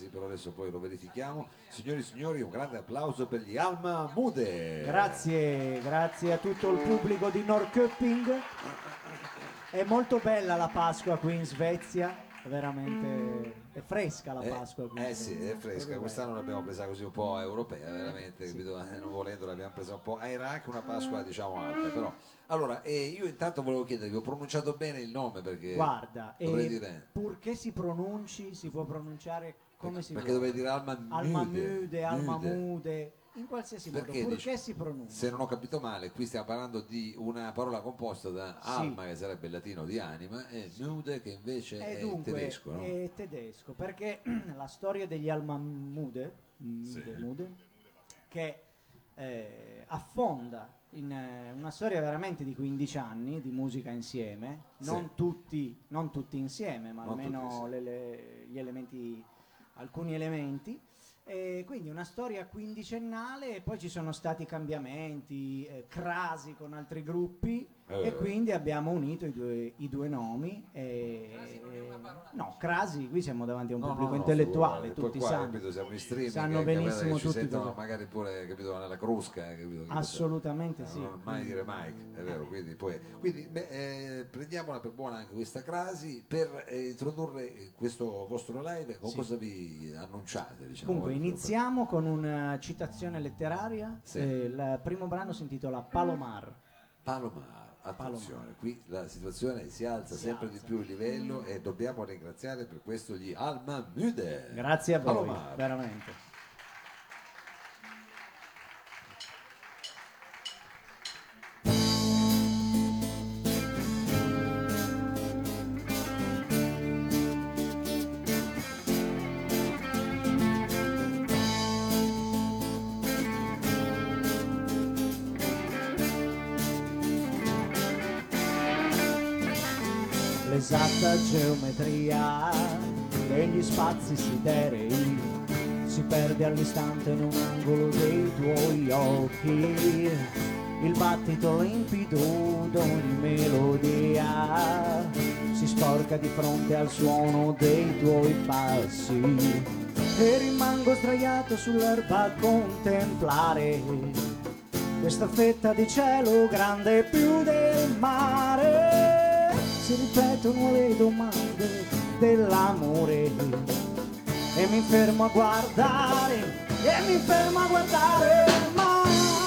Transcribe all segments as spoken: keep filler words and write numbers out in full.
però adesso poi lo verifichiamo. Signori e signori, un grande applauso per gli Alma Mude. Grazie, grazie a tutto il pubblico di Norrköping. È molto bella la Pasqua qui in Svezia. Veramente è fresca la Pasqua qui. Eh, eh sì, è fresca, quest'anno l'abbiamo presa così un po' europea, veramente, sì. Capito? Eh, non volendo l'abbiamo presa un po', era anche una Pasqua diciamo alta, però. Allora, eh, io intanto volevo chiedervi, ho pronunciato bene il nome perché guarda, dovrei eh, dire... purché si pronunci, si può pronunciare come si perché vuole. dovrei dire Alma Mude, Alma Mude, Alma Mude, in qualsiasi perché, modo, purché dici, si pronuncia. Se non ho capito male, qui stiamo parlando di una parola composta da sì. alma, che sarebbe il latino di anima, e mude, che invece e è dunque, tedesco, no? È tedesco, perché la storia degli Alma Mude, Mude, Sì. Mude che eh, affonda in eh, una storia veramente di quindici anni di musica insieme, non, sì. tutti, non tutti insieme, ma Non almeno tutti, sì. le, le, gli elementi, alcuni elementi. E quindi una storia quindicennale e poi ci sono stati cambiamenti, eh, crasi con altri gruppi eh. e quindi abbiamo unito i due, i due nomi. E, e, no, crasi, qui siamo davanti a un no, pubblico no, no, intellettuale, figurati. tutti Poi qua, sanno, capito, siamo in streaming, sanno eh, benissimo ci tutti sentono cosa- magari pure, capito, nella crusca, eh, capito, assolutamente sì. non mai dire mai, è vero, quindi, poi, quindi beh, eh, prendiamola per buona anche questa crasi per eh, introdurre questo vostro live, con Sì. cosa vi annunciate, diciamo? Comunque iniziamo con una citazione letteraria. Sì. Eh, il primo brano si intitola Palomar. Palomar, attenzione, Palomar. qui la situazione si alza Si sempre alza. di più il livello e dobbiamo ringraziare per questo gli Alma Mude. Grazie a voi, Palomar. veramente. L'esatta geometria degli spazi siderei si perde all'istante in un angolo dei tuoi occhi, il battito limpido d'ogni melodia si sporca di fronte al suono dei tuoi passi e rimango sdraiato sull'erba a contemplare questa fetta di cielo grande più del mare. Si ripetono le domande dell'amore e mi fermo a guardare, e mi fermo a guardare, ma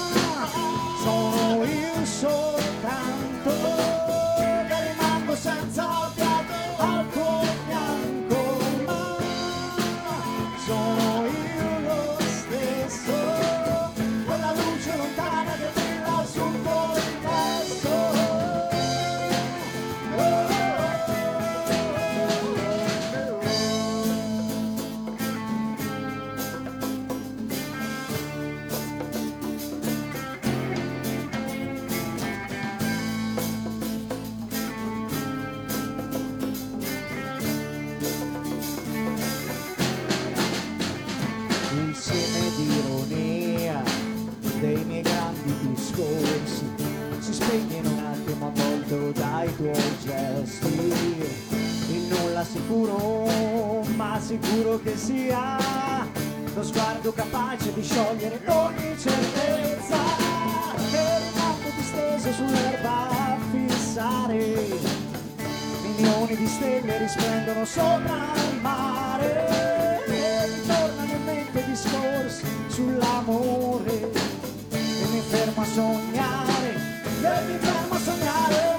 sono io soltanto che rimango senza fiato al tuo fianco, ma sono io lo stesso, quella luce lontana che brilla sul tuo riflesso. Insieme di ironia dei miei grandi discorsi si spegnano un attimo avvolto dai tuoi gesti, il nulla sicuro ma sicuro che sia lo sguardo capace di sciogliere ogni certezza, e rimango disteso sull'erba a fissare milioni di stelle risplendono sopra il mare e ritornano in mente discorsi sull'amore e mi fermo a sognare, e mi fermo a sognare,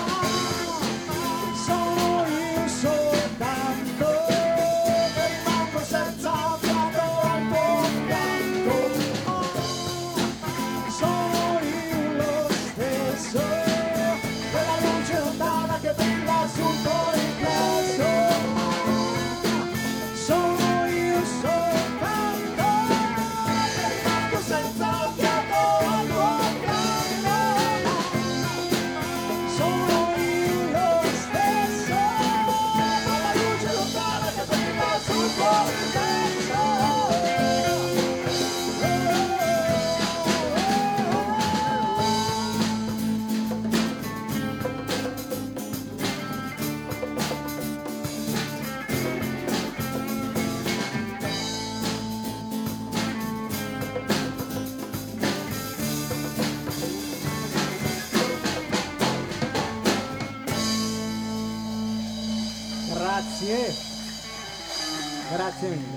ma sono io soltanto che rimango senza fiato al tuo fianco, ma sono io lo stesso, quella luce lontana che brilla sul tuo riflesso, sono Grazie mille.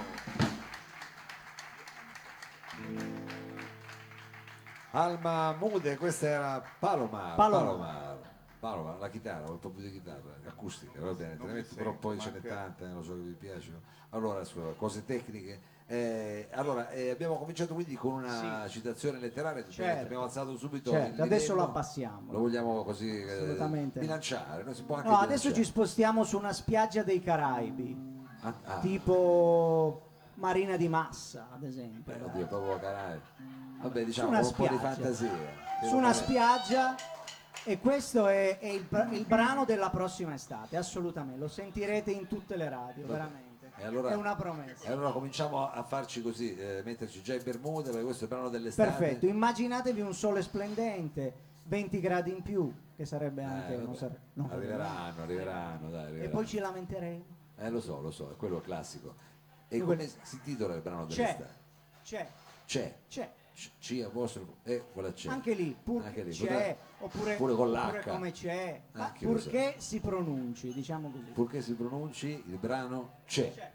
Alma Mude, questa era Palomar. Palomar. Palomar. Palomar, la chitarra, un po' più di chitarra, acustica, va bene, te ne metti, però poi ce n'è tanta, eh, lo so che vi piacciono. Allora, scusa, cose tecniche. Eh, allora, eh, abbiamo cominciato quindi con una Sì. citazione letteraria, Certo. abbiamo alzato subito Certo, il adesso livello. lo abbassiamo. Lo vogliamo così eh, Assolutamente. bilanciare, no? Si può anche No, adesso bilanciare. ci spostiamo su una spiaggia dei Caraibi, Ah, ah. tipo Marina di Massa, ad esempio. Beh, oddio, proprio Caraibi. Vabbè, diciamo una con un po' di spiaggia. fantasia. Su una spiaggia, e questo è, è il, bra- il brano della prossima estate, assolutamente, lo sentirete in tutte le radio, Vabbè. veramente. E allora- è una promessa. E allora cominciamo a farci così, eh, metterci già in Bermuda, perché questo è il brano dell'estate. Perfetto, immaginatevi un sole splendente, venti gradi in più, che sarebbe anche... Eh, non vabbè. sare- no, arriveranno, arriveranno, dai, E arriveranno. poi ci lamenteremo. Eh, lo so, lo so, è quello classico. E Io come quel- si intitola il brano C'è, dell'estate? c'è, C'è. c'è. C, C apostolo, e quella c'è. Anche lì, pur Anche lì, c'è, oppure, pure con oppure l'H. come c'è, ma Anche io lo so. purché si pronunci, diciamo così. Purché si pronunci, il brano c'è. C'è.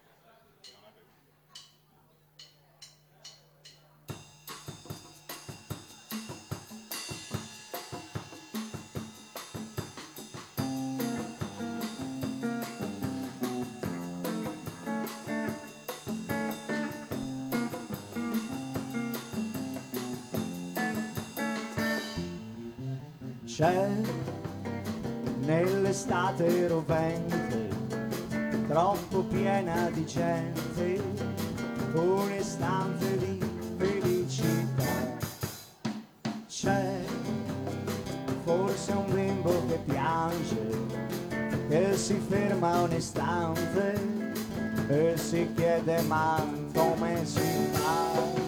C'è nell'estate rovente, troppo piena di gente, un istante di felicità. C'è forse un bimbo che piange, che si ferma un istante e si chiede ma come si fa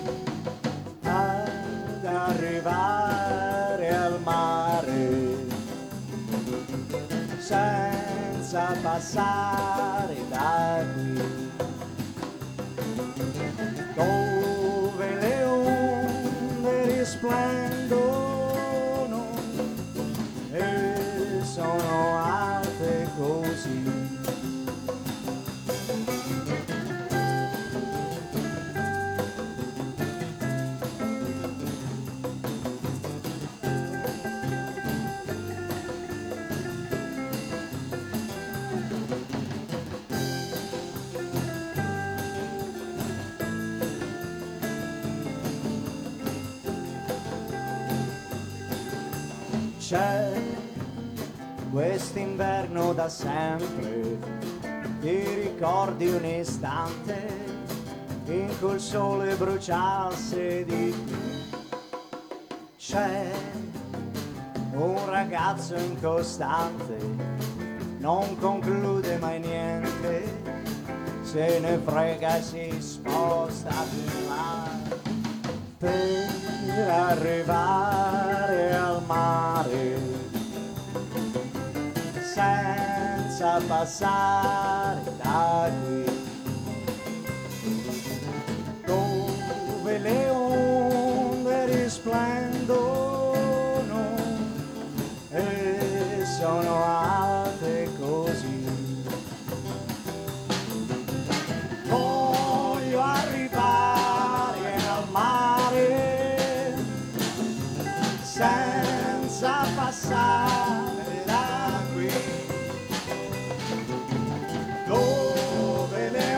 ad arrivare al mare senza passare da qui, dove le onde risplendono e sono alte così. C'è quest'inverno da sempre, ti ricordi un istante in cui il sole bruciasse di più. C'è un ragazzo incostante, non conclude mai niente, se ne frega e si sposta più in là per arrivare al mare senza passare da qui, dove le onde risplendono e sono alte così. Voglio arrivare al mare senza passare da qui, dove le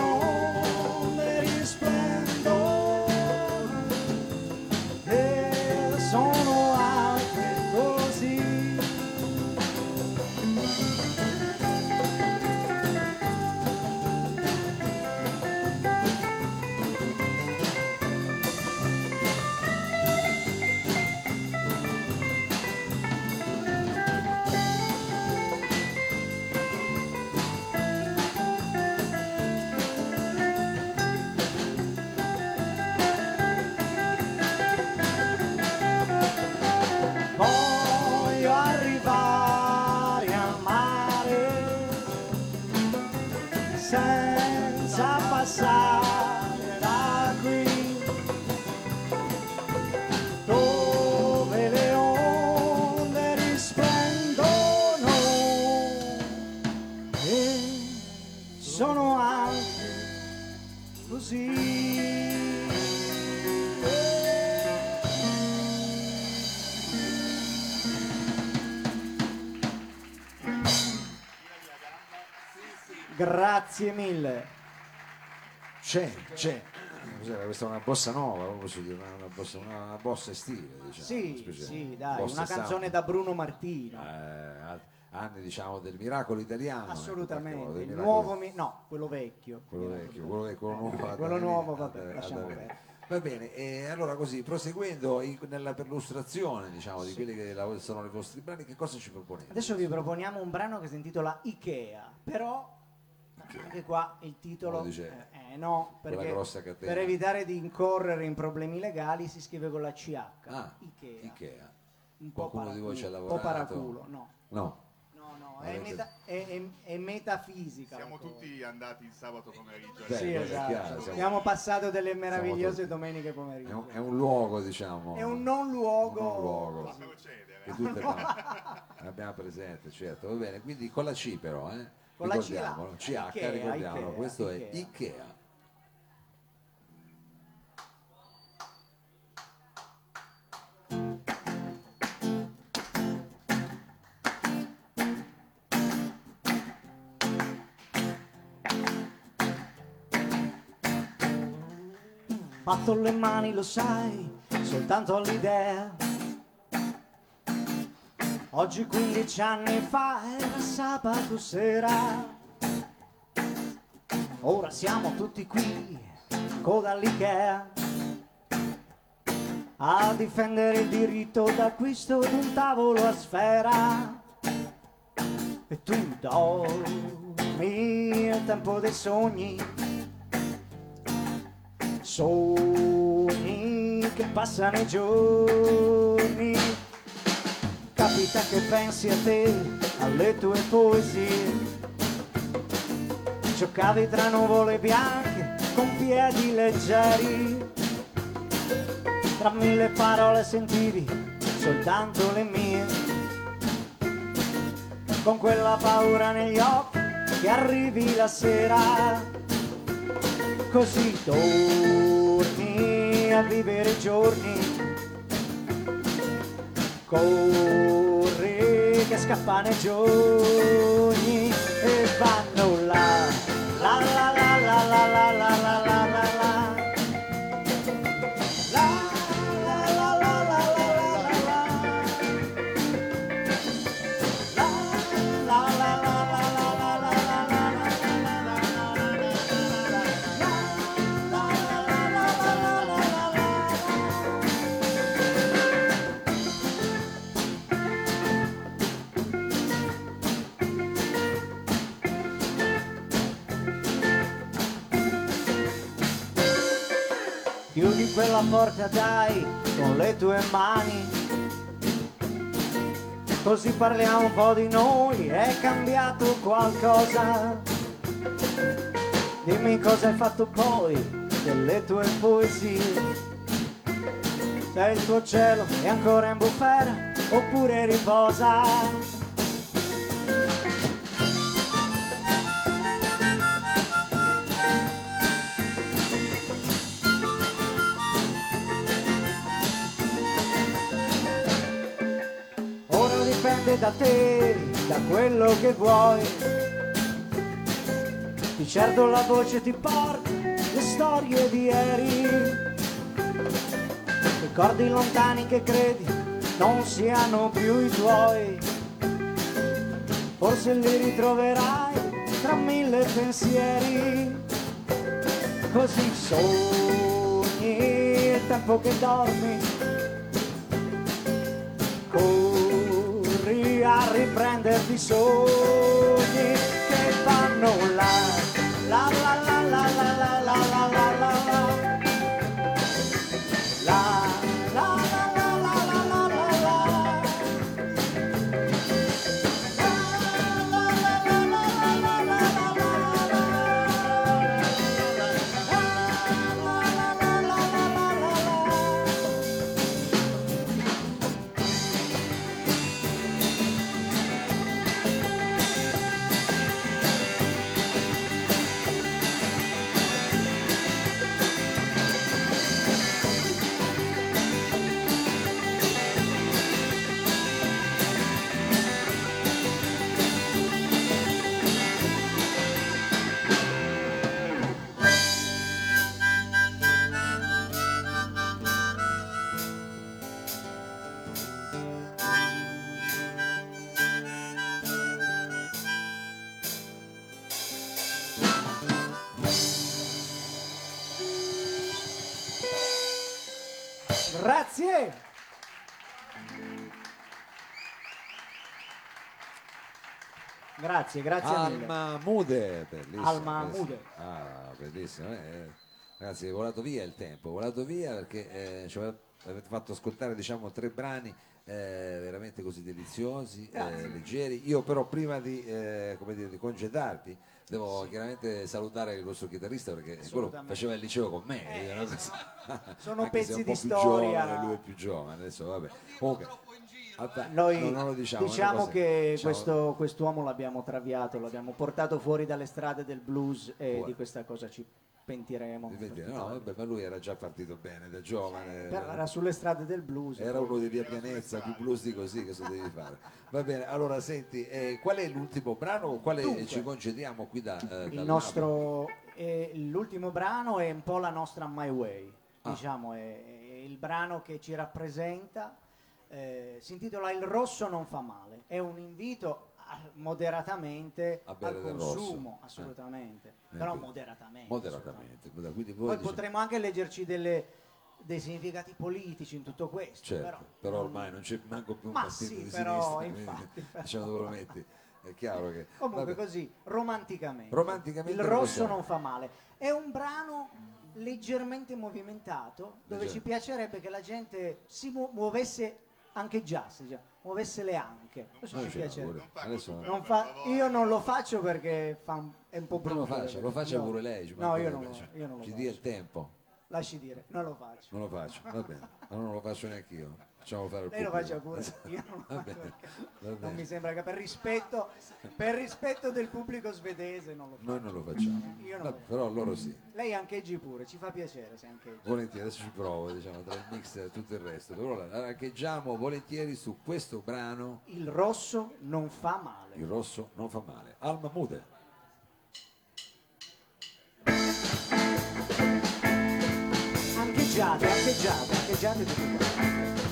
così. Grazie mille. C'è, c'è. Cos'era? Questa è una bossa nuova, come posso dire, una, bossa, una, una bossa estiva, diciamo. Sì, una sì, dai, bossa una canzone sound. da Bruno Martino. Eh, anni diciamo del miracolo italiano. Assolutamente, ecco, del il miracolo- nuovo, mi- no, quello vecchio. quello vecchio, quello, vecchio, quello nuovo. ad Quello arrivi- nuovo, ad- vabbè, ad lasciamo arrivi. perdere. Va bene, e allora così, proseguendo in- nella perlustrazione diciamo, di quelli che la- sono i vostri brani, che cosa ci proponete? Adesso vi proponiamo un brano che si intitola Ikea, però anche qua il titolo Come dice, eh, eh, no, quella perché grossa catena. per evitare di incorrere in problemi legali si scrive con la C H. Ah, Ikea. Ikea. Un po' Qualcuno di voi ci ha paraculo, un po' lavorato? paraculo, no. No. No, no, è, Avete- meta- è- è- è metafisica. Siamo la cosa. tutti andati il sabato pomeriggio. Beh, Sì, beh, è esatto. chiaro, siamo- Abbiamo passato delle tutti- meravigliose domeniche È pomeriggio. un, è un luogo, diciamo. È un non luogo. un non luogo. Fa procedere. Che tutte no, abbiamo presente, certo, va bene, quindi con la C però, eh? Con la C H, Ricordiamolo, C H, Ikea, ricordiamolo, Ikea, questo Ikea. è Ikea. Fatto le mani, lo sai, soltanto all'idea. Oggi quindici anni fa era sabato sera. Ora siamo tutti qui, coda all'Ikea, a difendere il diritto d'acquisto di un tavolo a sfera. E tu dormi il tempo dei sogni, sogni che passano i giorni. Capita che pensi a te, alle tue poesie, giocavi tra nuvole bianche con piedi leggeri, tra mille parole sentivi soltanto le mie, con quella paura negli occhi che arrivi la sera. Così torni a vivere i giorni, corri che scappano i giorni e vanno là, la la la la la la la la la la la, la la la la la la la la, la la la la la la chiudi quella porta dai con le tue mani, così parliamo un po' di noi. È cambiato qualcosa? Dimmi cosa hai fatto poi delle tue poesie. Se il tuo cielo è ancora in bufera oppure riposa. Ora dipende da te, da quello che vuoi. Di certo la voce ti porta le storie di ieri, ricordi lontani che credi non siano più i tuoi. Forse li ritroverai tra mille pensieri. Così sogni il tempo che dormi, corri a riprenderti i sogni che vanno là, la la la la la la la la la la la, la la la la la la la la la, la la la la la la la la. Grazie. Grazie, grazie mille. Alma Mude, bellissimo. Alma bellissimo. Mude. Ah, bellissimo. eh. Ragazzi, è volato via il tempo, è volato via perché eh, ci avete avete fatto ascoltare diciamo tre brani eh, veramente così deliziosi, eh, leggeri. Io però prima di, eh, come dire, di congedarti devo chiaramente salutare il vostro chitarrista perché quello Assolutamente. faceva il liceo con me. è una cosa- Sono anche se è pezzi un di po' più storia. giovane, lui è più giovane, adesso vabbè. Comunque, aspetta, Noi no, non lo diciamo, diciamo le cose- che diciamo- questo, quest'uomo l'abbiamo traviato, l'abbiamo portato fuori dalle strade del blues e Fuori. di questa cosa ci pentiremo. di per vedere. tutta No, la vabbè, ma lui era già partito bene da giovane. Però era sulle strade del blues. Era uno di via Pianezza, più blues di così, che cosa devi fare? Va bene, allora senti, eh, qual è l'ultimo brano con quale Dunque, ci concediamo qui da eh, Il dal nostro, eh, l'ultimo brano è un po' la nostra My Way, Ah. diciamo, è, è il brano che ci rappresenta, eh, si intitola Il rosso non fa male, è un invito a- moderatamente A bere al del consumo, rosso. assolutamente, Eh, però quindi- moderatamente. Moderatamente, quindi voi Poi diciamo- potremo anche leggerci delle- dei significati politici in tutto questo, certo, però, però, non- ormai non c'è manco più un Ma partito sì, di però, sinistra, quindi, infatti, però. diciamo dove lo metti, è chiaro che... Comunque vabbè. così, romanticamente. Romanticamente Il lo rosso possiamo. non fa male. È un brano leggermente movimentato, dove Leggero. ci piacerebbe che la gente si mu- muovesse anche jazz, cioè, muovesse le anche. Questo Noi ci ce piacerebbe. l'auguri. Adesso Non fa- io non lo faccio perché fa un- è un po' non brutto. lo faccia, lo faccia No. pure lei. ci No, io mancherebbe, non lo, cioè, io non lo ci faccio. dia il tempo. Lasci dire, non lo faccio. Non lo faccio, va bene, allora non lo faccio neanche io. Facciamo fare il Lei lo pubblico. faccia pure, io non lo Va faccio bene, perché va non bene. mi sembra che per rispetto, per rispetto del pubblico svedese non lo faccio. Noi non lo facciamo, Io non No, lo faccio. però loro sì. Lei ancheggi pure, ci fa piacere se ancheggi. Volentieri, adesso ci provo, diciamo, tra il mix e tutto il resto. Però ora archeggiamo volentieri su questo brano, Il rosso non fa male. Il rosso non fa male. Alma Mude. Ancheggiate, ancheggiate, ancheggiate tutti qua.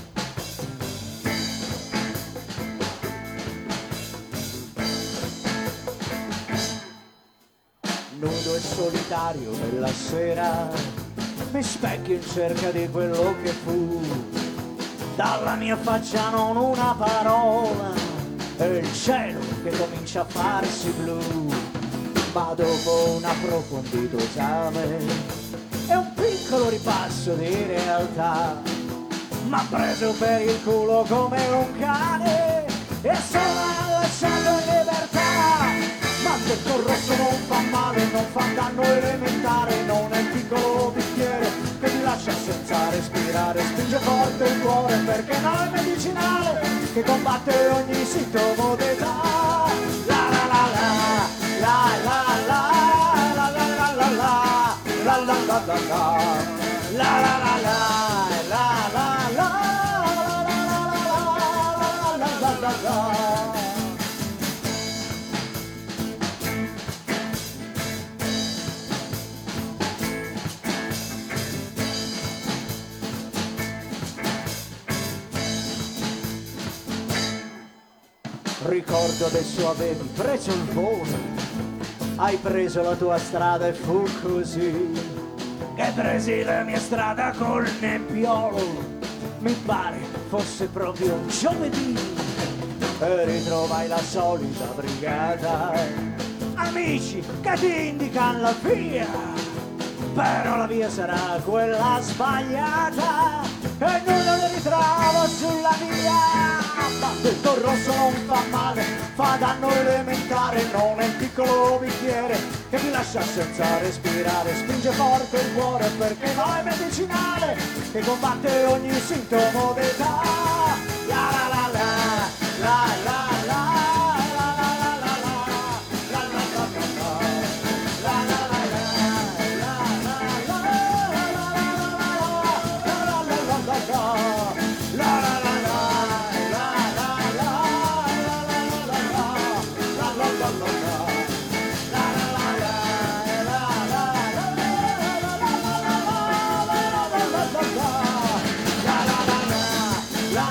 Nudo e solitario nella sera, mi specchio in cerca di quello che fu. Dalla mia faccia non una parola, e il cielo che comincia a farsi blu. Ma dopo un approfondito esame e un piccolo ripasso di realtà, m'ha preso per il culo come un cane e sono lasciato in libertà. Ma se il rosso non fa male, non fa danno elementare, non è il piccolo bicchiere che ti lascia senza respirare, spinge forte il cuore perché no è medicinale che combatte ogni sintomo d'età. La la la la, la la la, la la la la la, la la la la la, la la la la, la la la, la la la la la. Ricordo adesso avevi preso il volo, hai preso la tua strada e fu così che presi la mia strada col nebbiolo. Mi pare fosse proprio un giovedì e ritrovai la solita brigata, amici che ti indicano la via, però la via sarà quella sbagliata e nulla ne ritrovo sulla via. Ma il rosso non fa male, fa danno elementare, non è il piccolo bicchiere che ti lascia senza respirare, spinge forte il cuore perché no è medicinale che combatte ogni sintomo d'età. La la la la, la la la, la la la la la, la la la la la, la la la la, la la la, la la la la la. La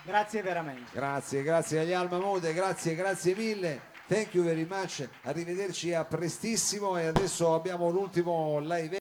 Grazie veramente. Grazie, grazie agli Alma Mode, grazie, grazie mille. Thank you very much. Arrivederci a prestissimo e adesso abbiamo l'ultimo live.